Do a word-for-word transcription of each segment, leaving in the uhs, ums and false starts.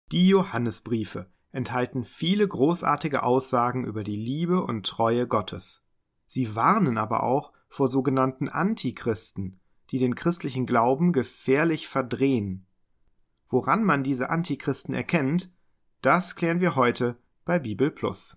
Die Johannesbriefe enthalten viele großartige Aussagen über die Liebe und Treue Gottes. Sie warnen aber auch vor sogenannten Antichristen, die den christlichen Glauben gefährlich verdrehen. Woran man diese Antichristen erkennt, das klären wir heute bei Bibel Plus.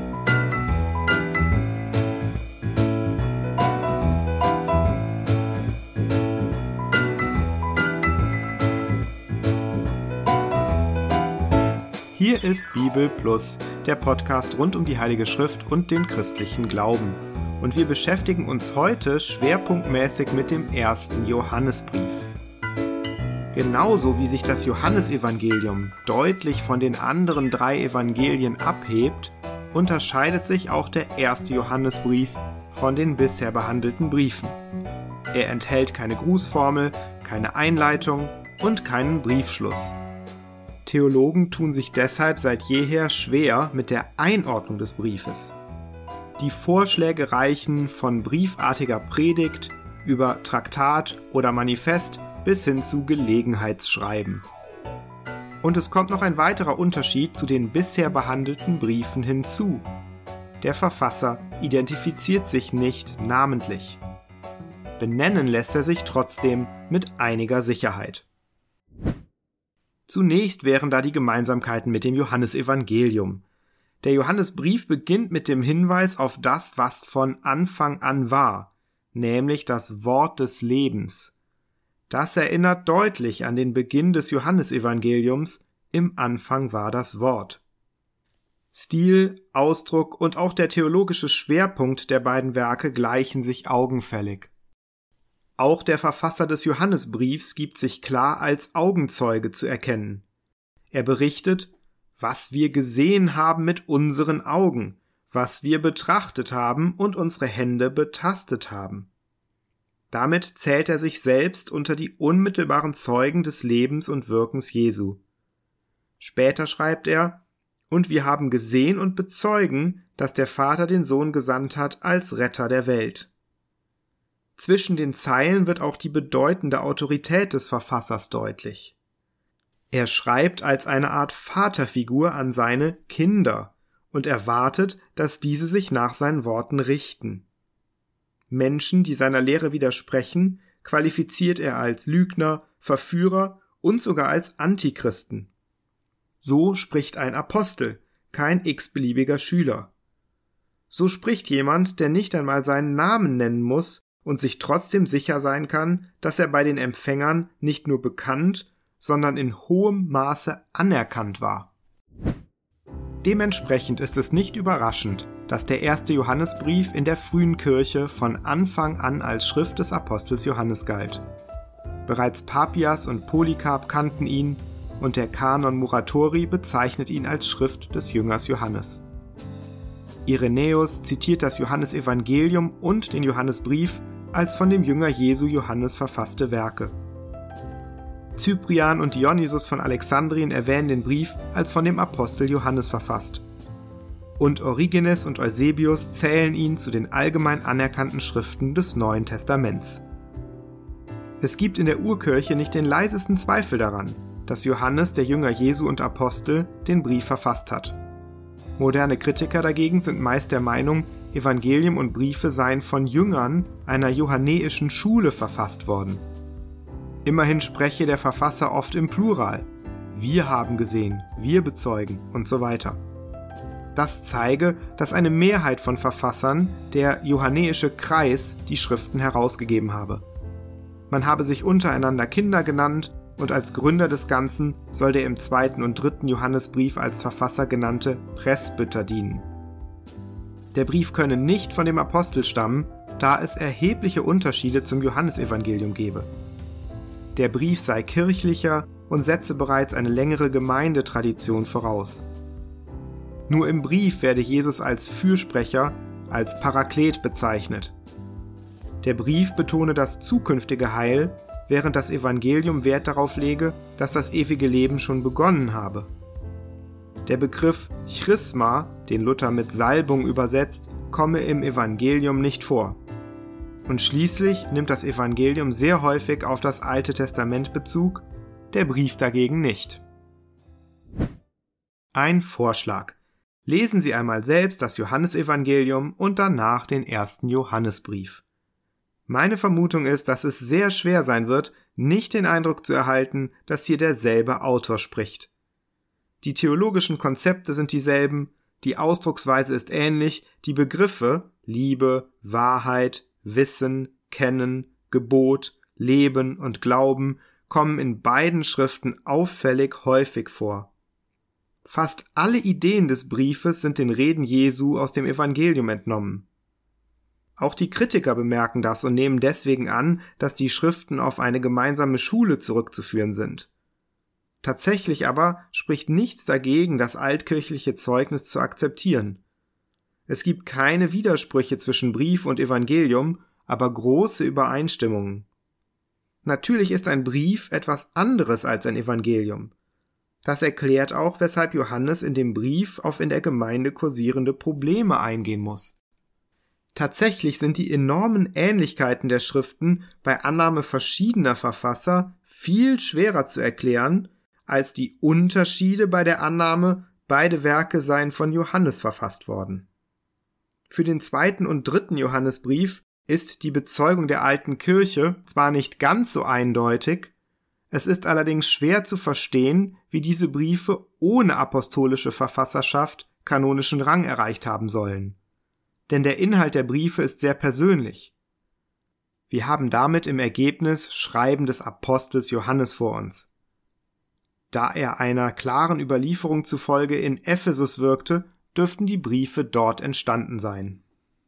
Hier ist Bibel Plus, der Podcast rund um die Heilige Schrift und den christlichen Glauben. Und wir beschäftigen uns heute schwerpunktmäßig mit dem ersten Johannesbrief. Genauso wie sich das Johannesevangelium deutlich von den anderen drei Evangelien abhebt, unterscheidet sich auch der erste Johannesbrief von den bisher behandelten Briefen. Er enthält keine Grußformel, keine Einleitung und keinen Briefschluss. Theologen tun sich deshalb seit jeher schwer mit der Einordnung des Briefes. Die Vorschläge reichen von briefartiger Predigt über Traktat oder Manifest bis hin zu Gelegenheitsschreiben. Und es kommt noch ein weiterer Unterschied zu den bisher behandelten Briefen hinzu. Der Verfasser identifiziert sich nicht namentlich. Benennen lässt er sich trotzdem mit einiger Sicherheit. Zunächst wären da die Gemeinsamkeiten mit dem Johannesevangelium. Der Johannesbrief beginnt mit dem Hinweis auf das, was von Anfang an war, nämlich das Wort des Lebens. Das erinnert deutlich an den Beginn des Johannesevangeliums, im Anfang war das Wort. Stil, Ausdruck und auch der theologische Schwerpunkt der beiden Werke gleichen sich augenfällig. Auch der Verfasser des Johannesbriefs gibt sich klar als Augenzeuge zu erkennen. Er berichtet, was wir gesehen haben mit unseren Augen, was wir betrachtet haben und unsere Hände betastet haben. Damit zählt er sich selbst unter die unmittelbaren Zeugen des Lebens und Wirkens Jesu. Später schreibt er, und wir haben gesehen und bezeugen, dass der Vater den Sohn gesandt hat als Retter der Welt. Zwischen den Zeilen wird auch die bedeutende Autorität des Verfassers deutlich. Er schreibt als eine Art Vaterfigur an seine Kinder und erwartet, dass diese sich nach seinen Worten richten. Menschen, die seiner Lehre widersprechen, qualifiziert er als Lügner, Verführer und sogar als Antichristen. So spricht ein Apostel, kein x-beliebiger Schüler. So spricht jemand, der nicht einmal seinen Namen nennen muss und sich trotzdem sicher sein kann, dass er bei den Empfängern nicht nur bekannt, sondern in hohem Maße anerkannt war. Dementsprechend ist es nicht überraschend, dass der erste Johannesbrief in der frühen Kirche von Anfang an als Schrift des Apostels Johannes galt. Bereits Papias und Polycarp kannten ihn und der Kanon Muratori bezeichnet ihn als Schrift des Jüngers Johannes. Irenäus zitiert das Johannesevangelium und den Johannesbrief als von dem Jünger Jesu Johannes verfasste Werke. Cyprian und Dionysius von Alexandrien erwähnen den Brief als von dem Apostel Johannes verfasst. Und Origenes und Eusebius zählen ihn zu den allgemein anerkannten Schriften des Neuen Testaments. Es gibt in der Urkirche nicht den leisesten Zweifel daran, dass Johannes, der Jünger Jesu und Apostel, den Brief verfasst hat. Moderne Kritiker dagegen sind meist der Meinung, Evangelium und Briefe seien von Jüngern einer johannäischen Schule verfasst worden. Immerhin spreche der Verfasser oft im Plural. Wir haben gesehen, wir bezeugen und so weiter. Das zeige, dass eine Mehrheit von Verfassern, der johannäische Kreis, die Schriften herausgegeben habe. Man habe sich untereinander Kinder genannt und als Gründer des Ganzen soll der im zweiten und dritten Johannesbrief als Verfasser genannte Presbyter dienen. Der Brief könne nicht von dem Apostel stammen, da es erhebliche Unterschiede zum Johannesevangelium gebe. Der Brief sei kirchlicher und setze bereits eine längere Gemeindetradition voraus. Nur im Brief werde Jesus als Fürsprecher, als Paraklet bezeichnet. Der Brief betone das zukünftige Heil, während das Evangelium Wert darauf lege, dass das ewige Leben schon begonnen habe. Der Begriff Chrisma, den Luther mit Salbung übersetzt, komme im Evangelium nicht vor. Und schließlich nimmt das Evangelium sehr häufig auf das Alte Testament Bezug, der Brief dagegen nicht. Ein Vorschlag. Lesen Sie einmal selbst das Johannesevangelium und danach den ersten Johannesbrief. Meine Vermutung ist, dass es sehr schwer sein wird, nicht den Eindruck zu erhalten, dass hier derselbe Autor spricht. Die theologischen Konzepte sind dieselben, die Ausdrucksweise ist ähnlich, die Begriffe Liebe, Wahrheit, Wissen, Kennen, Gebot, Leben und Glauben kommen in beiden Schriften auffällig häufig vor. Fast alle Ideen des Briefes sind den Reden Jesu aus dem Evangelium entnommen. Auch die Kritiker bemerken das und nehmen deswegen an, dass die Schriften auf eine gemeinsame Schule zurückzuführen sind. Tatsächlich aber spricht nichts dagegen, das altkirchliche Zeugnis zu akzeptieren. Es gibt keine Widersprüche zwischen Brief und Evangelium, aber große Übereinstimmungen. Natürlich ist ein Brief etwas anderes als ein Evangelium. Das erklärt auch, weshalb Johannes in dem Brief auf in der Gemeinde kursierende Probleme eingehen muss. Tatsächlich sind die enormen Ähnlichkeiten der Schriften bei Annahme verschiedener Verfasser viel schwerer zu erklären, als die Unterschiede bei der Annahme, beide Werke seien von Johannes verfasst worden. Für den zweiten und dritten Johannesbrief ist die Bezeugung der alten Kirche zwar nicht ganz so eindeutig, es ist allerdings schwer zu verstehen, wie diese Briefe ohne apostolische Verfasserschaft kanonischen Rang erreicht haben sollen. Denn der Inhalt der Briefe ist sehr persönlich. Wir haben damit im Ergebnis Schreiben des Apostels Johannes vor uns. Da er einer klaren Überlieferung zufolge in Ephesus wirkte, dürften die Briefe dort entstanden sein.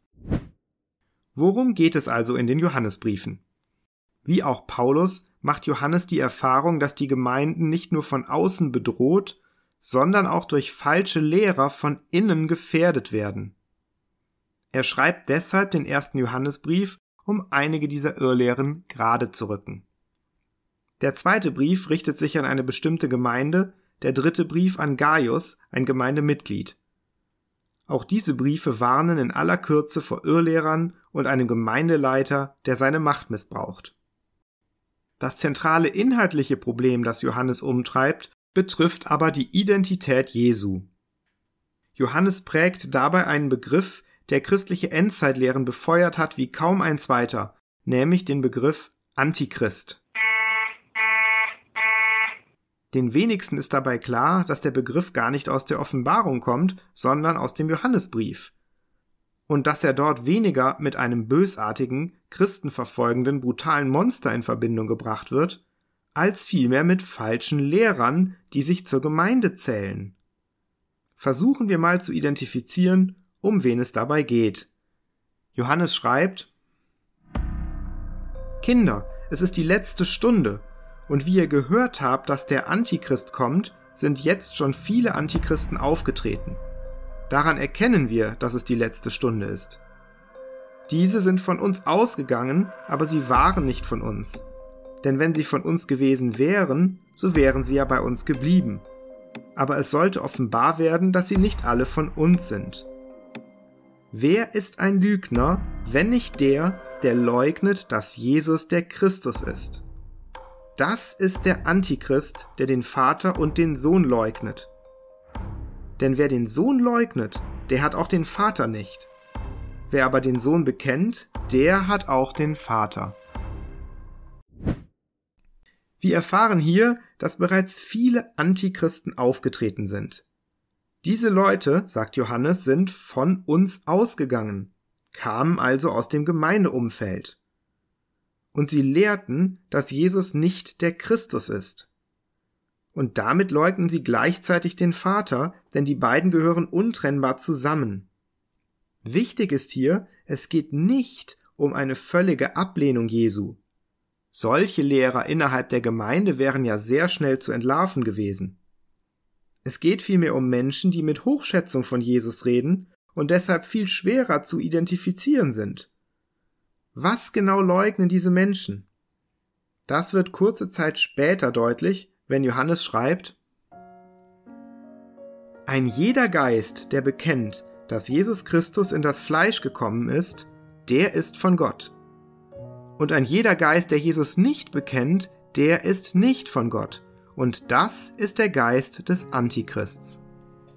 Worum geht es also in den Johannesbriefen? Wie auch Paulus macht Johannes die Erfahrung, dass die Gemeinden nicht nur von außen bedroht, sondern auch durch falsche Lehrer von innen gefährdet werden. Er schreibt deshalb den ersten Johannesbrief, um einige dieser Irrlehren gerade zu rücken. Der zweite Brief richtet sich an eine bestimmte Gemeinde, der dritte Brief an Gaius, ein Gemeindemitglied. Auch diese Briefe warnen in aller Kürze vor Irrlehrern und einem Gemeindeleiter, der seine Macht missbraucht. Das zentrale inhaltliche Problem, das Johannes umtreibt, betrifft aber die Identität Jesu. Johannes prägt dabei einen Begriff, der christliche Endzeitlehren befeuert hat wie kaum ein zweiter, nämlich den Begriff Antichrist. Den wenigsten ist dabei klar, dass der Begriff gar nicht aus der Offenbarung kommt, sondern aus dem Johannesbrief. Und dass er dort weniger mit einem bösartigen, christenverfolgenden, brutalen Monster in Verbindung gebracht wird, als vielmehr mit falschen Lehrern, die sich zur Gemeinde zählen. Versuchen wir mal zu identifizieren, um wen es dabei geht. Johannes schreibt: Kinder, es ist die letzte Stunde, und wie ihr gehört habt, dass der Antichrist kommt, sind jetzt schon viele Antichristen aufgetreten. Daran erkennen wir, dass es die letzte Stunde ist. Diese sind von uns ausgegangen, aber sie waren nicht von uns. Denn wenn sie von uns gewesen wären, so wären sie ja bei uns geblieben. Aber es sollte offenbar werden, dass sie nicht alle von uns sind. Wer ist ein Lügner, wenn nicht der, der leugnet, dass Jesus der Christus ist? Das ist der Antichrist, der den Vater und den Sohn leugnet. Denn wer den Sohn leugnet, der hat auch den Vater nicht. Wer aber den Sohn bekennt, der hat auch den Vater. Wir erfahren hier, dass bereits viele Antichristen aufgetreten sind. Diese Leute, sagt Johannes, sind von uns ausgegangen, kamen also aus dem Gemeindeumfeld. Und sie lehrten, dass Jesus nicht der Christus ist. Und damit leugnen sie gleichzeitig den Vater, denn die beiden gehören untrennbar zusammen. Wichtig ist hier, es geht nicht um eine völlige Ablehnung Jesu. Solche Lehrer innerhalb der Gemeinde wären ja sehr schnell zu entlarven gewesen. Es geht vielmehr um Menschen, die mit Hochschätzung von Jesus reden und deshalb viel schwerer zu identifizieren sind. Was genau leugnen diese Menschen? Das wird kurze Zeit später deutlich, wenn Johannes schreibt: Ein jeder Geist, der bekennt, dass Jesus Christus in das Fleisch gekommen ist, der ist von Gott. Und ein jeder Geist, der Jesus nicht bekennt, der ist nicht von Gott. Und das ist der Geist des Antichrists.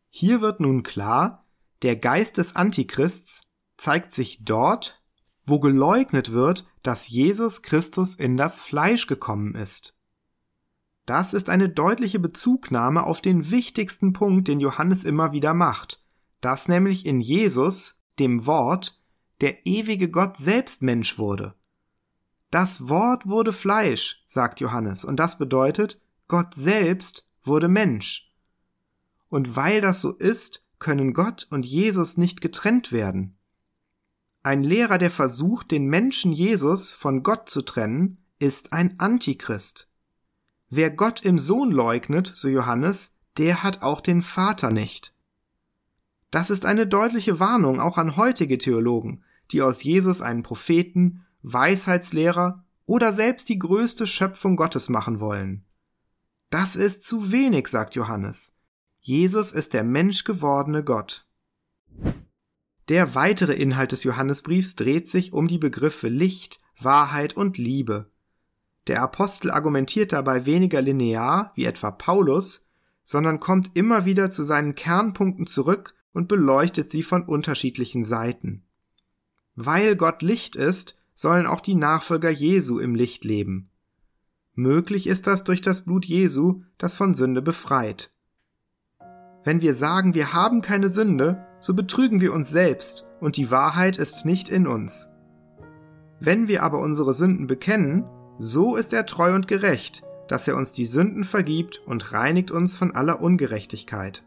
Hier wird nun klar, der Geist des Antichrists zeigt sich dort, wo geleugnet wird, dass Jesus Christus in das Fleisch gekommen ist. Das ist eine deutliche Bezugnahme auf den wichtigsten Punkt, den Johannes immer wieder macht, dass nämlich in Jesus, dem Wort, der ewige Gott selbst Mensch wurde. Das Wort wurde Fleisch, sagt Johannes, und das bedeutet, Gott selbst wurde Mensch. Und weil das so ist, können Gott und Jesus nicht getrennt werden. Ein Lehrer, der versucht, den Menschen Jesus von Gott zu trennen, ist ein Antichrist. Wer Gott im Sohn leugnet, so Johannes, der hat auch den Vater nicht. Das ist eine deutliche Warnung auch an heutige Theologen, die aus Jesus einen Propheten, Weisheitslehrer oder selbst die größte Schöpfung Gottes machen wollen. Das ist zu wenig, sagt Johannes. Jesus ist der menschgewordene Gott. Der weitere Inhalt des Johannesbriefs dreht sich um die Begriffe Licht, Wahrheit und Liebe. Der Apostel argumentiert dabei weniger linear, wie etwa Paulus, sondern kommt immer wieder zu seinen Kernpunkten zurück und beleuchtet sie von unterschiedlichen Seiten. Weil Gott Licht ist, sollen auch die Nachfolger Jesu im Licht leben. Möglich ist das durch das Blut Jesu, das von Sünde befreit. Wenn wir sagen, wir haben keine Sünde, so betrügen wir uns selbst und die Wahrheit ist nicht in uns. Wenn wir aber unsere Sünden bekennen, so ist er treu und gerecht, dass er uns die Sünden vergibt und reinigt uns von aller Ungerechtigkeit.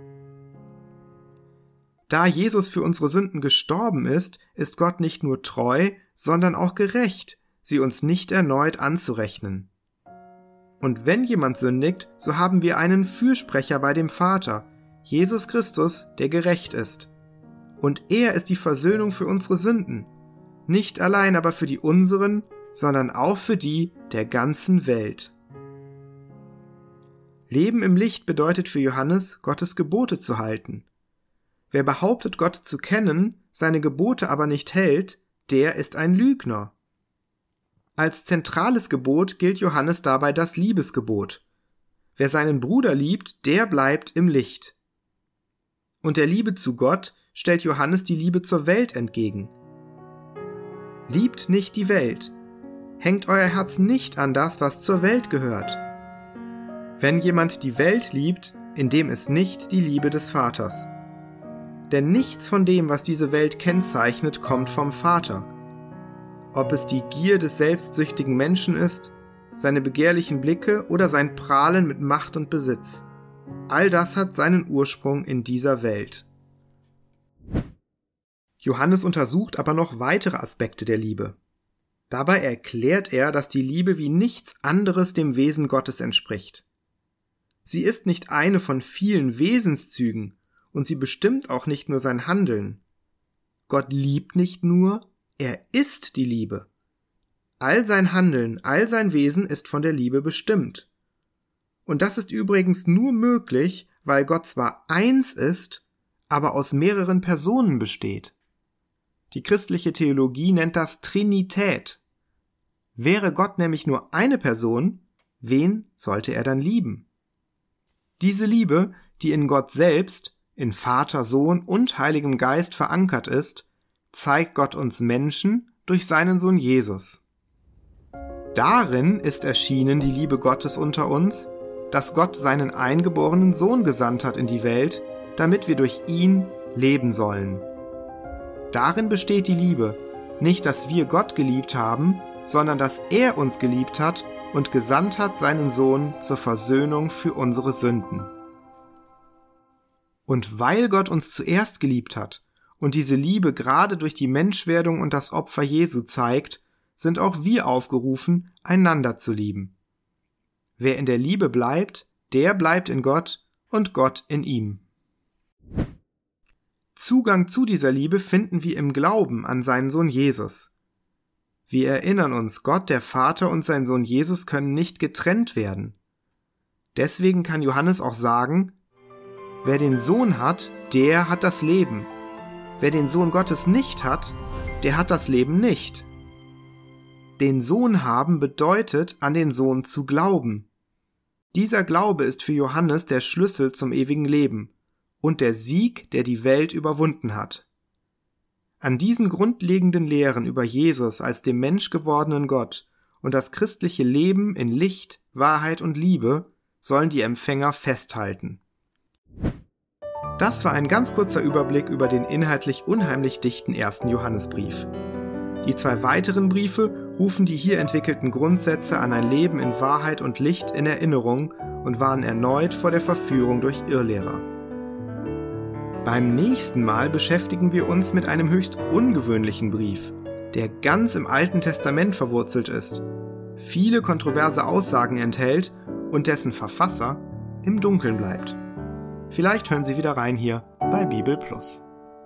Da Jesus für unsere Sünden gestorben ist, ist Gott nicht nur treu, sondern auch gerecht, sie uns nicht erneut anzurechnen. Und wenn jemand sündigt, so haben wir einen Fürsprecher bei dem Vater, Jesus Christus, der gerecht ist. Und er ist die Versöhnung für unsere Sünden, nicht allein aber für die unseren, sondern auch für die der ganzen Welt. Leben im Licht bedeutet für Johannes, Gottes Gebote zu halten. Wer behauptet, Gott zu kennen, seine Gebote aber nicht hält, der ist ein Lügner. Als zentrales Gebot gilt Johannes dabei das Liebesgebot. Wer seinen Bruder liebt, der bleibt im Licht. Und der Liebe zu Gott stellt Johannes die Liebe zur Welt entgegen. Liebt nicht die Welt. Hängt euer Herz nicht an das, was zur Welt gehört. Wenn jemand die Welt liebt, in dem ist nicht die Liebe des Vaters. Denn nichts von dem, was diese Welt kennzeichnet, kommt vom Vater. Ob es die Gier des selbstsüchtigen Menschen ist, seine begehrlichen Blicke oder sein Prahlen mit Macht und Besitz. All das hat seinen Ursprung in dieser Welt. Johannes untersucht aber noch weitere Aspekte der Liebe. Dabei erklärt er, dass die Liebe wie nichts anderes dem Wesen Gottes entspricht. Sie ist nicht eine von vielen Wesenszügen und sie bestimmt auch nicht nur sein Handeln. Gott liebt nicht nur, er ist die Liebe. All sein Handeln, all sein Wesen ist von der Liebe bestimmt. Und das ist übrigens nur möglich, weil Gott zwar eins ist, aber aus mehreren Personen besteht. Die christliche Theologie nennt das Trinität. Wäre Gott nämlich nur eine Person, wen sollte er dann lieben? Diese Liebe, die in Gott selbst, in Vater, Sohn und Heiligem Geist verankert ist, zeigt Gott uns Menschen durch seinen Sohn Jesus. Darin ist erschienen die Liebe Gottes unter uns, dass Gott seinen eingeborenen Sohn gesandt hat in die Welt, damit wir durch ihn leben sollen. Darin besteht die Liebe, nicht, dass wir Gott geliebt haben, sondern dass er uns geliebt hat und gesandt hat seinen Sohn zur Versöhnung für unsere Sünden. Und weil Gott uns zuerst geliebt hat und diese Liebe gerade durch die Menschwerdung und das Opfer Jesu zeigt, sind auch wir aufgerufen, einander zu lieben. Wer in der Liebe bleibt, der bleibt in Gott und Gott in ihm. Zugang zu dieser Liebe finden wir im Glauben an seinen Sohn Jesus. Wir erinnern uns, Gott, der Vater und sein Sohn Jesus können nicht getrennt werden. Deswegen kann Johannes auch sagen, wer den Sohn hat, der hat das Leben. Wer den Sohn Gottes nicht hat, der hat das Leben nicht. Den Sohn haben bedeutet, an den Sohn zu glauben. Dieser Glaube ist für Johannes der Schlüssel zum ewigen Leben. und der Sieg, der die Welt überwunden hat. An diesen grundlegenden Lehren über Jesus als dem menschgewordenen Gott und das christliche Leben in Licht, Wahrheit und Liebe sollen die Empfänger festhalten. Das war ein ganz kurzer Überblick über den inhaltlich unheimlich dichten ersten Johannesbrief. Die zwei weiteren Briefe rufen die hier entwickelten Grundsätze an ein Leben in Wahrheit und Licht in Erinnerung und warnen erneut vor der Verführung durch Irrlehrer. Beim nächsten Mal beschäftigen wir uns mit einem höchst ungewöhnlichen Brief, der ganz im Alten Testament verwurzelt ist, viele kontroverse Aussagen enthält und dessen Verfasser im Dunkeln bleibt. Vielleicht hören Sie wieder rein hier bei Bibel Plus.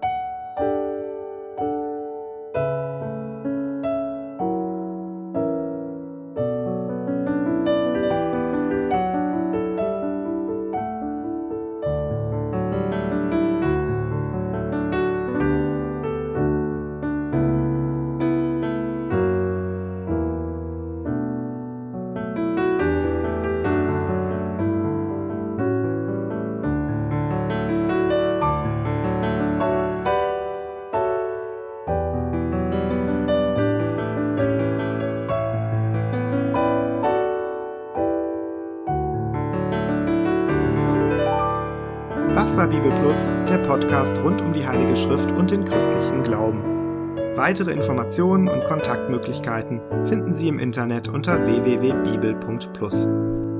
Das war Bibel Plus, der Podcast rund um die Heilige Schrift und den christlichen Glauben. Weitere Informationen und Kontaktmöglichkeiten finden Sie im Internet unter w w w punkt bibel punkt plus.